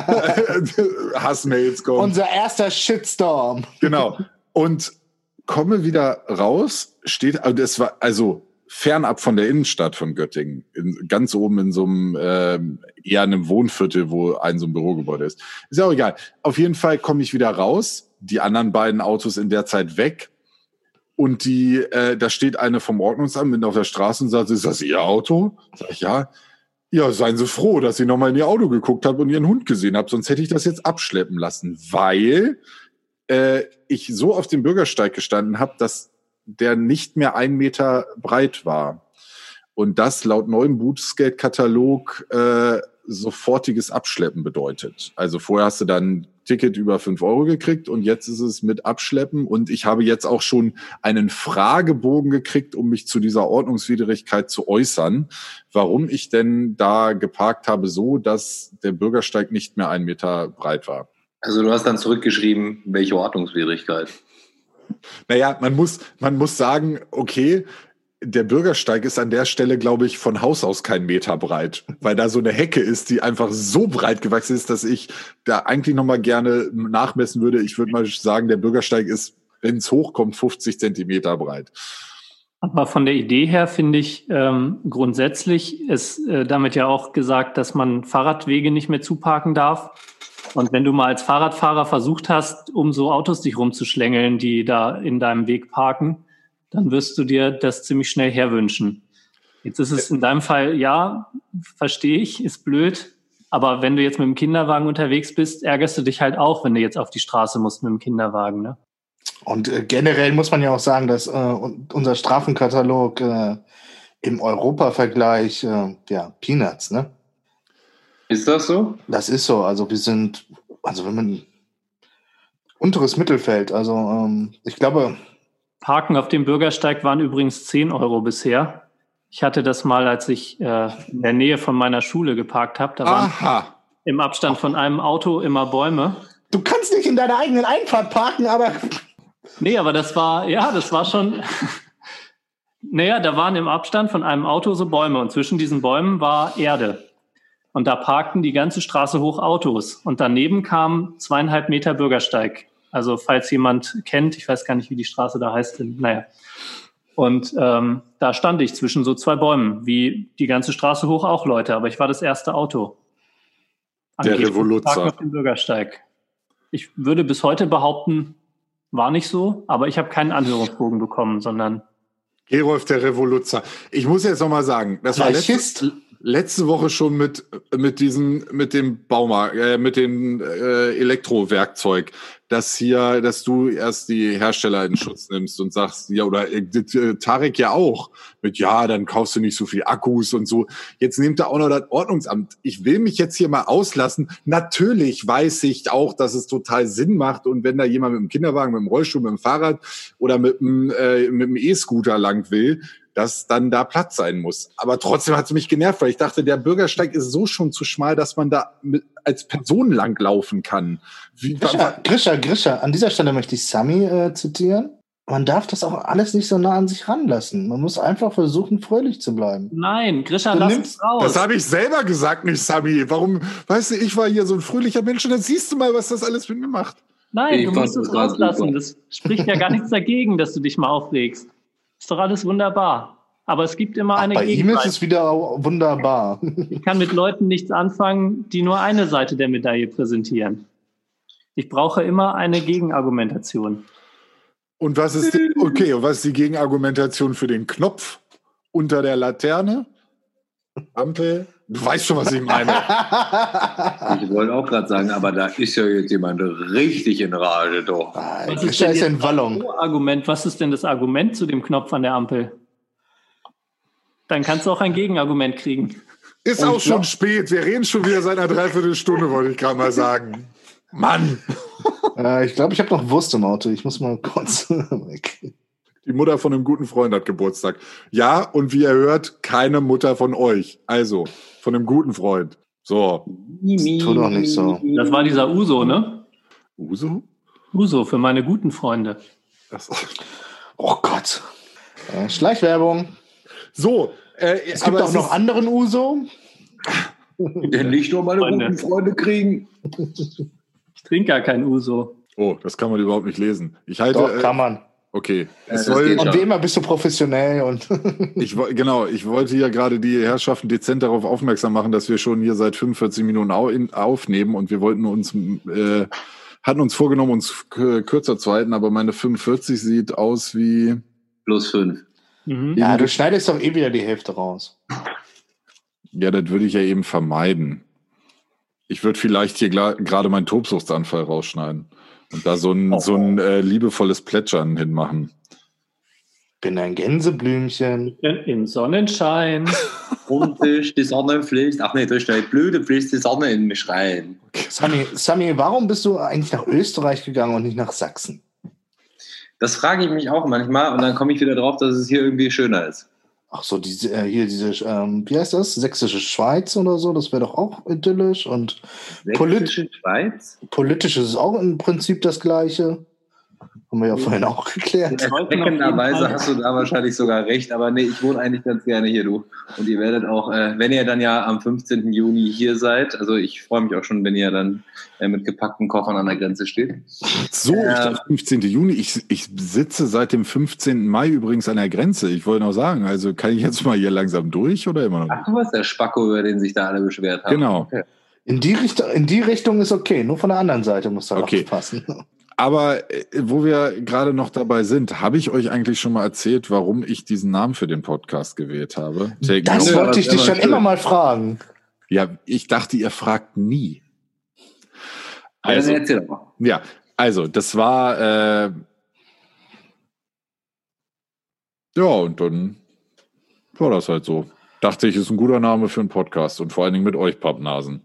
Hassmails kommen. Unser erster Shitstorm. Genau. Und komme wieder raus, es war also fernab von der Innenstadt von Göttingen, ganz oben in so einem eher einem Wohnviertel, wo so ein Bürogebäude ist. Ist ja auch egal. Auf jeden Fall komme ich wieder raus, die anderen beiden Autos in der Zeit weg und da steht eine vom Ordnungsamt mit auf der Straße und sagt, ist das Ihr Auto? Sag ich, ja. Ja, seien Sie froh, dass Sie nochmal in Ihr Auto geguckt haben und Ihren Hund gesehen haben, sonst hätte ich das jetzt abschleppen lassen, weil ich so auf dem Bürgersteig gestanden habe, dass der nicht mehr 1 Meter breit war. Und das laut neuem Bußgeldkatalog sofortiges Abschleppen bedeutet. Also vorher hast du dann ein Ticket über 5 € gekriegt und jetzt ist es mit Abschleppen. Und ich habe jetzt auch schon einen Fragebogen gekriegt, um mich zu dieser Ordnungswidrigkeit zu äußern, warum ich denn da geparkt habe, so dass der Bürgersteig nicht mehr 1 Meter breit war. Also du hast dann zurückgeschrieben, welche Ordnungswidrigkeit? Naja, man muss sagen, okay, der Bürgersteig ist an der Stelle, glaube ich, von Haus aus kein Meter breit, weil da so eine Hecke ist, die einfach so breit gewachsen ist, dass ich da eigentlich noch mal gerne nachmessen würde. Ich würde mal sagen, der Bürgersteig ist, wenn es hochkommt, 50 Zentimeter breit. Aber von der Idee her finde ich grundsätzlich ist damit ja auch gesagt, dass man Fahrradwege nicht mehr zuparken darf. Und wenn du mal als Fahrradfahrer versucht hast, um so Autos dich rumzuschlängeln, die da in deinem Weg parken, dann wirst du dir das ziemlich schnell herwünschen. Jetzt ist es in deinem Fall, ja, verstehe ich, ist blöd. Aber wenn du jetzt mit dem Kinderwagen unterwegs bist, ärgerst du dich halt auch, wenn du jetzt auf die Straße musst mit dem Kinderwagen, ne? Und generell muss man ja auch sagen, dass unser Strafenkatalog im Europavergleich, Peanuts, ne? Ist das so? Das ist so. Also wenn man unteres Mittelfeld, also ich glaube. Parken auf dem Bürgersteig waren übrigens 10 Euro bisher. Ich hatte das mal, als ich in der Nähe von meiner Schule geparkt habe. Da waren im Abstand von einem Auto immer Bäume. Du kannst nicht in deiner eigenen Einfahrt parken, aber... Nee, aber das war schon... Naja, da waren im Abstand von einem Auto so Bäume und zwischen diesen Bäumen war Erde. Und da parkten die ganze Straße hoch Autos. Und daneben kam 2,5 Meter Bürgersteig. Also falls jemand kennt, ich weiß gar nicht, wie die Straße da heißt. Naja. Und da stand ich zwischen so 2 Bäumen, wie die ganze Straße hoch auch Leute. Aber ich war das erste Auto. Der Revoluzzer. Auf dem Bürgersteig. Ich würde bis heute behaupten, war nicht so, aber ich habe keinen Anhörungsbogen bekommen, sondern... Gerolf, der Revoluzzer. Ich muss jetzt noch mal sagen, das war letzte Woche schon mit dem Baumarkt, mit dem Elektrowerkzeug, dass du erst die Hersteller in Schutz nimmst und sagst, ja, oder Tarek ja auch, dann kaufst du nicht so viel Akkus und so. Jetzt nimmt er auch noch das Ordnungsamt. Ich will mich jetzt hier mal auslassen. Natürlich weiß ich auch, dass es total Sinn macht und wenn da jemand mit dem Kinderwagen, mit dem Rollstuhl, mit dem Fahrrad oder mit dem E-Scooter lang will, dass dann da Platz sein muss. Aber trotzdem hat es mich genervt, weil ich dachte, der Bürgersteig ist so schon zu schmal, dass man da als Person langlaufen kann. Grisha, an dieser Stelle möchte ich Sami zitieren. Man darf das auch alles nicht so nah an sich ranlassen. Man muss einfach versuchen, fröhlich zu bleiben. Nein, Grisha, lass es raus. Das habe ich selber gesagt, nicht Sami. Warum, weißt du, ich war hier so ein fröhlicher Mensch und dann siehst du mal, was das alles mit mir macht. Nein, du musst es rauslassen. Das spricht ja gar nichts dagegen, dass du dich mal aufregst. Ist doch alles wunderbar. Aber es gibt immer eine Gegenseite. Bei ihm ist es wieder wunderbar. Ich kann mit Leuten nichts anfangen, die nur eine Seite der Medaille präsentieren. Ich brauche immer eine Gegenargumentation. Und was ist die Gegenargumentation für den Knopf unter der Laterne? Ampel? Du weißt schon, was ich meine. Ich wollte auch gerade sagen, aber da ist ja jetzt jemand richtig in Rage, doch. Was ist denn was ist denn das Argument zu dem Knopf an der Ampel? Dann kannst du auch ein Gegenargument kriegen. Ist auch schon spät. Wir reden schon wieder seit einer Dreiviertelstunde, wollte ich gerade mal sagen. Mann! Ich glaube, ich habe noch Wurst im Auto. Ich muss mal kurz weg. Die Mutter von einem guten Freund hat Geburtstag. Ja, und wie ihr hört, keine Mutter von euch. Also, von einem guten Freund. So. Tu doch nicht so. Das war dieser Uso, ne? Uso? Uso, für meine guten Freunde. Oh Gott. Schleichwerbung. So. Es gibt auch noch anderen Uso. Der nicht nur meine guten Freunde kriegen. Ich trinke gar kein Uso. Oh, das kann man überhaupt nicht lesen. Doch, kann man. Okay. Und wie immer bist du professionell. Und ich wollte ja gerade die Herrschaften dezent darauf aufmerksam machen, dass wir schon hier seit 45 Minuten aufnehmen und wir hatten uns vorgenommen, uns kürzer zu halten, aber meine 45 sieht aus wie... +5. Ja, du schneidest doch eh wieder die Hälfte raus. Ja, das würde ich ja eben vermeiden. Ich würde vielleicht hier gerade meinen Tobsuchtsanfall rausschneiden und da so ein liebevolles Plätschern hinmachen. Bin ein Gänseblümchen. Im Sonnenschein. Und die Sonne fließt. Ach nee, da steht blöde, fließt die Sonne in mich rein. Sami, warum bist du eigentlich nach Österreich gegangen und nicht nach Sachsen? Das frage ich mich auch manchmal und dann komme ich wieder drauf, dass es hier irgendwie schöner ist. Ach so, diese, wie heißt das? Sächsische Schweiz oder so, das wäre doch auch idyllisch. Und Sächsische Schweiz? Politisch ist es auch im Prinzip das Gleiche. Haben wir ja vorhin auch geklärt. Erschreckenderweise hast du da wahrscheinlich sogar recht, aber nee, ich wohne eigentlich ganz gerne hier, du. Und ihr werdet auch, wenn ihr dann ja am 15. Juni hier seid, also ich freue mich auch schon, wenn ihr dann mit gepackten Koffern an der Grenze steht. So, ich dachte 15. Juni. Ich sitze seit dem 15. Mai übrigens an der Grenze. Ich wollte noch sagen, also kann ich jetzt mal hier langsam durch oder immer noch? Ach, du warst der Spacko, über den sich da alle beschwert haben. Genau. Okay. In die Richtung ist okay, nur von der anderen Seite muss da aufpassen. Aber wo wir gerade noch dabei sind, habe ich euch eigentlich schon mal erzählt, warum ich diesen Namen für den Podcast gewählt habe? Das wollte ich dich schon immer mal fragen. Ja, ich dachte, ihr fragt nie. Also, erzähl doch mal. Ja, also das war ja, und dann war das halt so. Dachte ich, ist ein guter Name für einen Podcast und vor allen Dingen mit euch Pappnasen.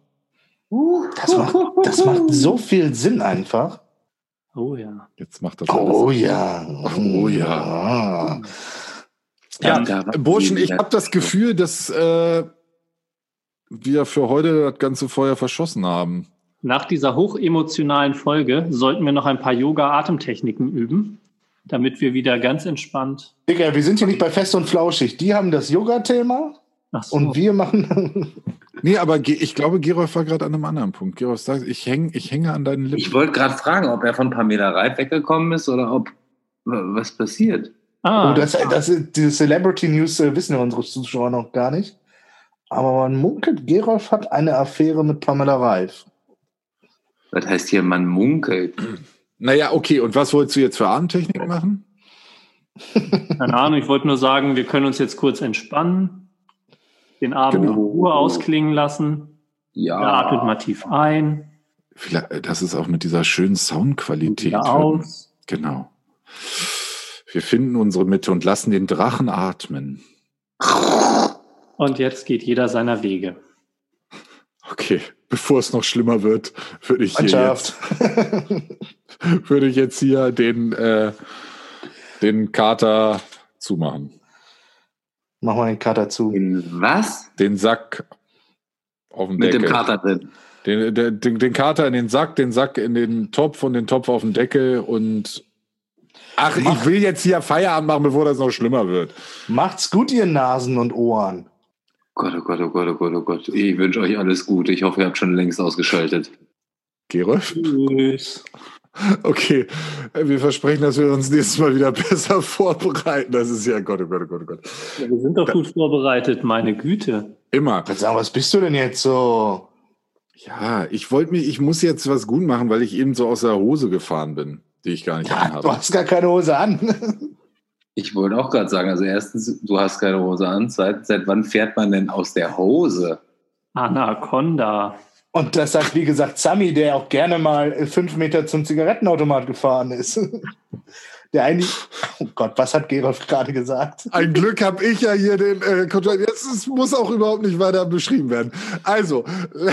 Das macht so viel Sinn einfach. Oh ja. Jetzt macht das Oh alles. ja. Oh ja. Ja, Burschen, ich habe das Gefühl, dass wir für heute das ganze Feuer verschossen haben. Nach dieser hochemotionalen Folge sollten wir noch ein paar Yoga-Atemtechniken üben, damit wir wieder ganz entspannt... Digga, wir sind hier nicht bei Fest und Flauschig. Die haben das Yoga-Thema und wir machen... Nee, aber ich glaube, Gerolf war gerade an einem anderen Punkt. Gerolf sagt, ich hänge an deinen Lippen. Ich wollte gerade fragen, ob er von Pamela Reif weggekommen ist oder ob was passiert. Die Celebrity News wissen ja unsere Zuschauer noch gar nicht. Aber man munkelt, Gerolf hat eine Affäre mit Pamela Reif. Was heißt hier, man munkelt? Naja, okay. Und was wolltest du jetzt für Atemtechnik machen? Keine Ahnung, ich wollte nur sagen, wir können uns jetzt kurz entspannen. Den Abend in Ruhe ausklingen lassen. Ja. Da atmet mal tief ein. Vielleicht, das ist auch mit dieser schönen Soundqualität. Wieder aus. Genau. Wir finden unsere Mitte und lassen den Drachen atmen. Und jetzt geht jeder seiner Wege. Okay, bevor es noch schlimmer wird, würde ich jetzt hier den Kater zumachen. Mach mal den Kater zu. Was? Den Sack auf dem Mit Deckel. dem Kater drin. Den Kater in den Sack in den Topf und den Topf auf den Deckel und ich will jetzt hier Feierabend machen, bevor das noch schlimmer wird. Macht's gut, ihr Nasen und Ohren. Gott, oh Gott, oh Gott, oh Gott, oh Gott. Ich wünsche euch alles Gute. Ich hoffe, ihr habt schon längst ausgeschaltet. Gerolf? Tschüss. Okay, wir versprechen, dass wir uns nächstes Mal wieder besser vorbereiten. Das ist ja Gott, oh Gott, oh Gott, oh Gott. Ja, wir sind doch gut vorbereitet, meine Güte. Immer. Was bist du denn jetzt so? Ja, ich muss jetzt was gut machen, weil ich eben so aus der Hose gefahren bin, die ich gar nicht anhabe. Du hast gar keine Hose an. Ich wollte auch gerade sagen, also erstens, du hast keine Hose an. Zweitens, seit wann fährt man denn aus der Hose? Anaconda. Und das sagt, wie gesagt, Sami, der auch gerne mal 5 Meter zum Zigarettenautomat gefahren ist. Der eigentlich... Oh Gott, was hat Gerolf gerade gesagt? Ein Glück habe ich ja hier den Kontroll. Es muss auch überhaupt nicht weiter beschrieben werden. Also,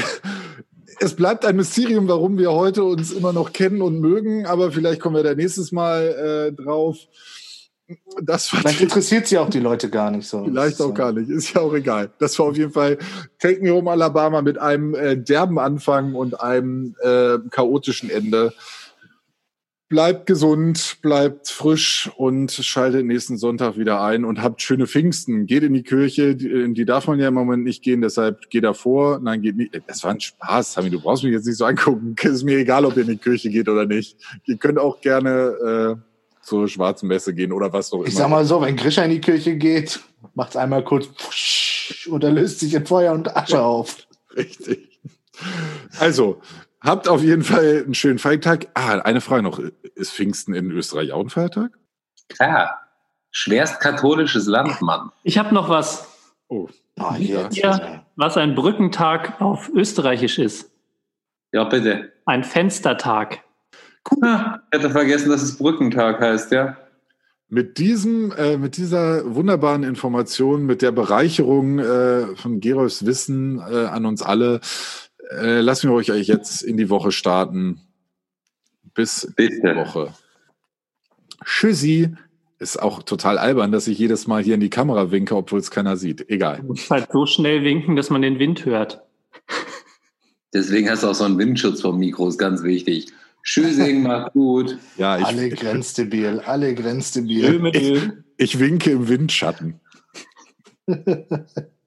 es bleibt ein Mysterium, warum wir heute uns immer noch kennen und mögen, aber vielleicht kommen wir da nächstes Mal drauf. Vielleicht interessiert sie auch die Leute gar nicht so. Vielleicht auch gar nicht, ist ja auch egal. Das war auf jeden Fall Take Me Home Alabama mit einem derben Anfang und einem chaotischen Ende. Bleibt gesund, bleibt frisch und schaltet nächsten Sonntag wieder ein und habt schöne Pfingsten. Geht in die Kirche, die darf man ja im Moment nicht gehen, deshalb geht davor. Nein, geht nicht. Das war ein Spaß, Sami, du brauchst mich jetzt nicht so angucken. Es ist mir egal, ob ihr in die Kirche geht oder nicht. Ihr könnt auch gerne zur Schwarzen Messe gehen oder was auch immer. Ich sag mal so, wenn Grisha in die Kirche geht, macht's einmal kurz und er löst sich in Feuer und Asche auf. Richtig. Also, habt auf jeden Fall einen schönen Feiertag. Eine Frage noch. Ist Pfingsten in Österreich auch ein Feiertag? Klar. Schwerst katholisches Land, Mann. Ich habe noch was. Oh. Ja, was ein Brückentag auf Österreichisch ist. Ja, bitte. Ein Fenstertag. Cool. Ich hatte vergessen, dass es Brückentag heißt, ja. Mit dieser wunderbaren Information, mit der Bereicherung von Gerolfs Wissen an uns alle, lassen wir euch eigentlich jetzt in die Woche starten. Bis nächste Woche. Tschüssi. Ist auch total albern, dass ich jedes Mal hier in die Kamera winke, obwohl es keiner sieht. Egal. Du musst halt so schnell winken, dass man den Wind hört. Deswegen hast du auch so einen Windschutz vom Mikro, ist ganz wichtig. Tschüssing, macht gut. Ja, alle grenzdebil. Ich winke im Windschatten.